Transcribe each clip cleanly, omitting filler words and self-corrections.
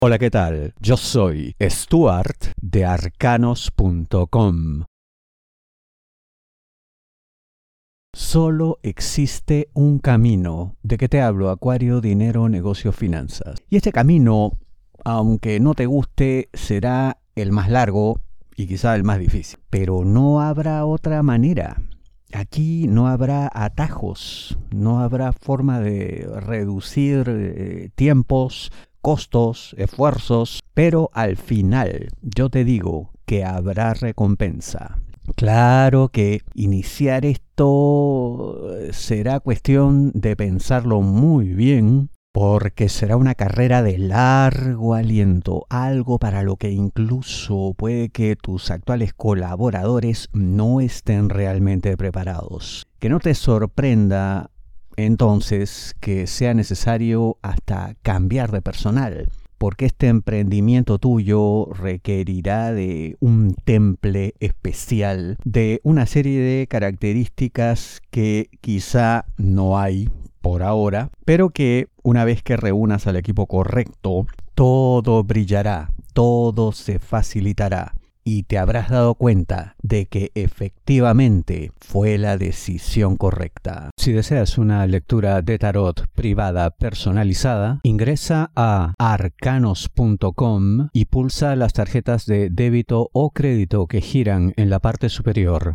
Hola, ¿qué tal? Yo soy Stuart de arcanos.com. Solo existe un camino. ¿De qué te hablo? Acuario, dinero, negocio, finanzas. Y este camino, aunque no te guste, será el más largo y quizá el más difícil. Pero no habrá otra manera. Aquí no habrá atajos, no habrá forma de reducir tiempos, costos, esfuerzos, pero al final yo te digo que habrá recompensa. Claro que iniciar esto será cuestión de pensarlo muy bien, porque será una carrera de largo aliento, algo para lo que incluso puede que tus actuales colaboradores no estén realmente preparados. Que no te sorprenda entonces que sea necesario hasta cambiar de personal, porque este emprendimiento tuyo requerirá de un temple especial, de una serie de características que quizá no hay por ahora, pero que una vez que reúnas al equipo correcto, todo brillará, todo se facilitará. Y te habrás dado cuenta de que efectivamente fue la decisión correcta. Si deseas una lectura de tarot privada personalizada, ingresa a arcanos.com y pulsa las tarjetas de débito o crédito que giran en la parte superior.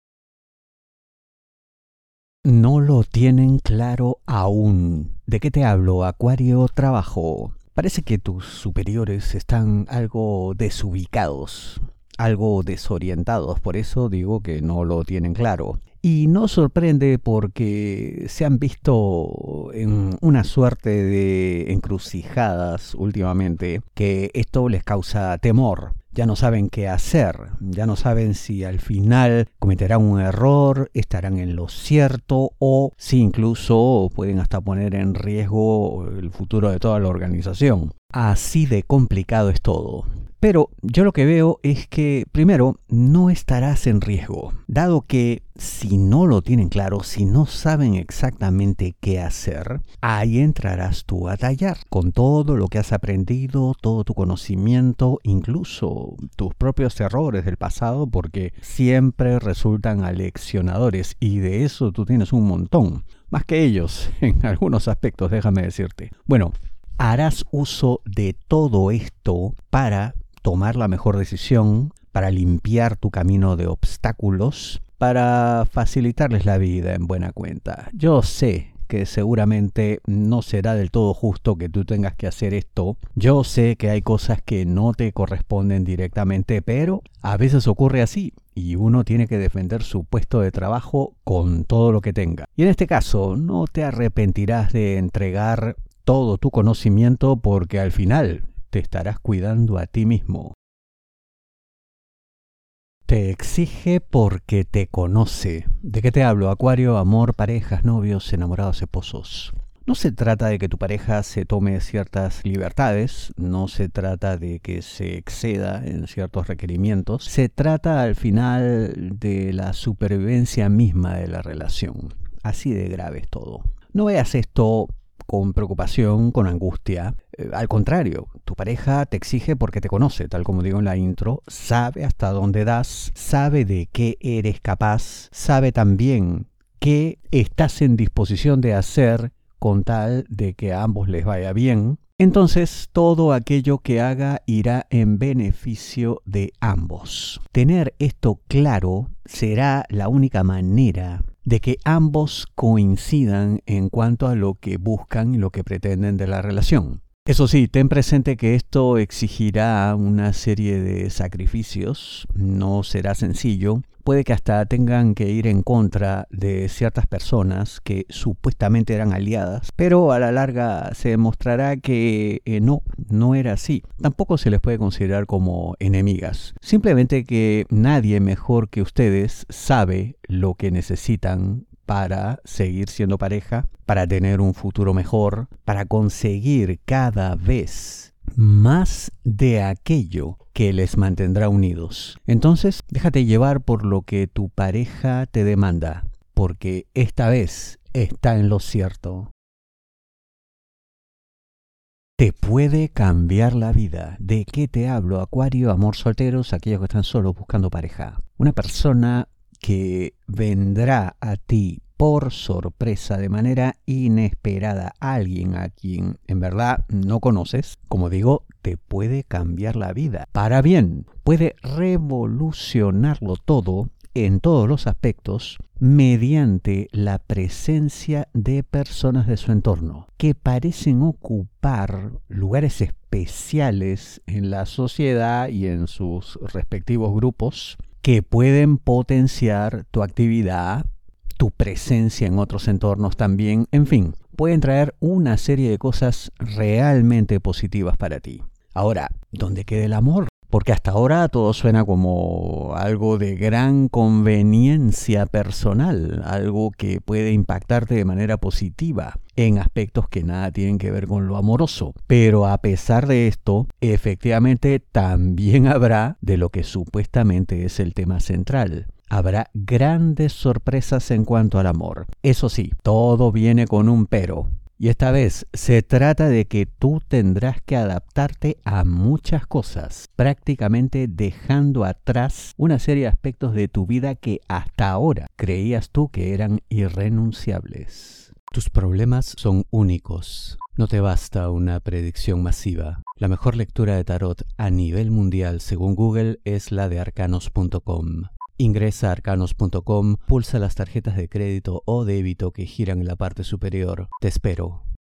No lo tienen claro aún. ¿De qué te hablo, Acuario? Trabajo. Parece que tus superiores están algo desubicados, algo desorientados, por eso digo que no lo tienen claro. Y no sorprende porque se han visto en una suerte de encrucijadas últimamente que esto les causa temor. Ya no saben qué hacer, ya no saben si al final cometerán un error, estarán en lo cierto o si incluso pueden hasta poner en riesgo el futuro de toda la organización. Así de complicado es todo. Pero yo lo que veo es que, primero, no estarás en riesgo, dado que si no lo tienen claro, si no saben exactamente qué hacer, ahí entrarás tú a tallar con todo lo que has aprendido, todo tu conocimiento, incluso tus propios errores del pasado, porque siempre resultan aleccionadores y de eso tú tienes un montón, más que ellos en algunos aspectos, déjame decirte. Bueno, harás uso de todo esto para tomar la mejor decisión, para limpiar tu camino de obstáculos, para facilitarles la vida en buena cuenta. Yo sé que seguramente no será del todo justo que tú tengas que hacer esto. Yo sé que hay cosas que no te corresponden directamente, pero a veces ocurre así y uno tiene que defender su puesto de trabajo con todo lo que tenga. Y en este caso, no te arrepentirás de entregar todo tu conocimiento porque al final te estarás cuidando a ti mismo. Te exige porque te conoce. ¿De qué te hablo? Acuario, amor, parejas, novios, enamorados, esposos. No se trata de que tu pareja se tome ciertas libertades, no se trata de que se exceda en ciertos requerimientos, se trata al final de la supervivencia misma de la relación. Así de grave es todo. No veas esto con preocupación, con angustia. Al contrario, tu pareja te exige porque te conoce, tal como digo en la intro, sabe hasta dónde das, sabe de qué eres capaz, sabe también qué estás en disposición de hacer con tal de que a ambos les vaya bien. Entonces, todo aquello que haga irá en beneficio de ambos. Tener esto claro será la única manera de que ambos coincidan en cuanto a lo que buscan y lo que pretenden de la relación. Eso sí, ten presente que esto exigirá una serie de sacrificios, no será sencillo. Puede que hasta tengan que ir en contra de ciertas personas que supuestamente eran aliadas, pero a la larga se demostrará que no era así. Tampoco se les puede considerar como enemigas. Simplemente que nadie mejor que ustedes sabe lo que necesitan para seguir siendo pareja, para tener un futuro mejor, para conseguir cada vez más de aquello que les mantendrá unidos. Entonces, déjate llevar por lo que tu pareja te demanda, porque esta vez está en lo cierto. te puede cambiar la vida. ¿De qué te hablo, Acuario? Amor, solteros, aquellos que están solos buscando pareja. Una persona que vendrá a ti por sorpresa, de manera inesperada, alguien a quien en verdad no conoces, como digo, te puede cambiar la vida. Para bien, puede revolucionarlo todo en todos los aspectos mediante la presencia de personas de su entorno que parecen ocupar lugares especiales en la sociedad y en sus respectivos grupos que pueden potenciar tu actividad, tu presencia en otros entornos también, en fin, pueden traer una serie de cosas realmente positivas para ti. Ahora, ¿dónde queda el amor? Porque hasta ahora todo suena como algo de gran conveniencia personal, algo que puede impactarte de manera positiva en aspectos que nada tienen que ver con lo amoroso. Pero a pesar de esto, efectivamente también habrá de lo que supuestamente es el tema central. Habrá grandes sorpresas en cuanto al amor. Eso sí, todo viene con un pero. Y esta vez se trata de que tú tendrás que adaptarte a muchas cosas, prácticamente dejando atrás una serie de aspectos de tu vida que hasta ahora creías tú que eran irrenunciables. Tus problemas son únicos. No te basta una predicción masiva. La mejor lectura de tarot a nivel mundial, según Google, es la de arcanos.com. Ingresa a arcanos.com, pulsa las tarjetas de crédito o débito que giran en la parte superior. Te espero.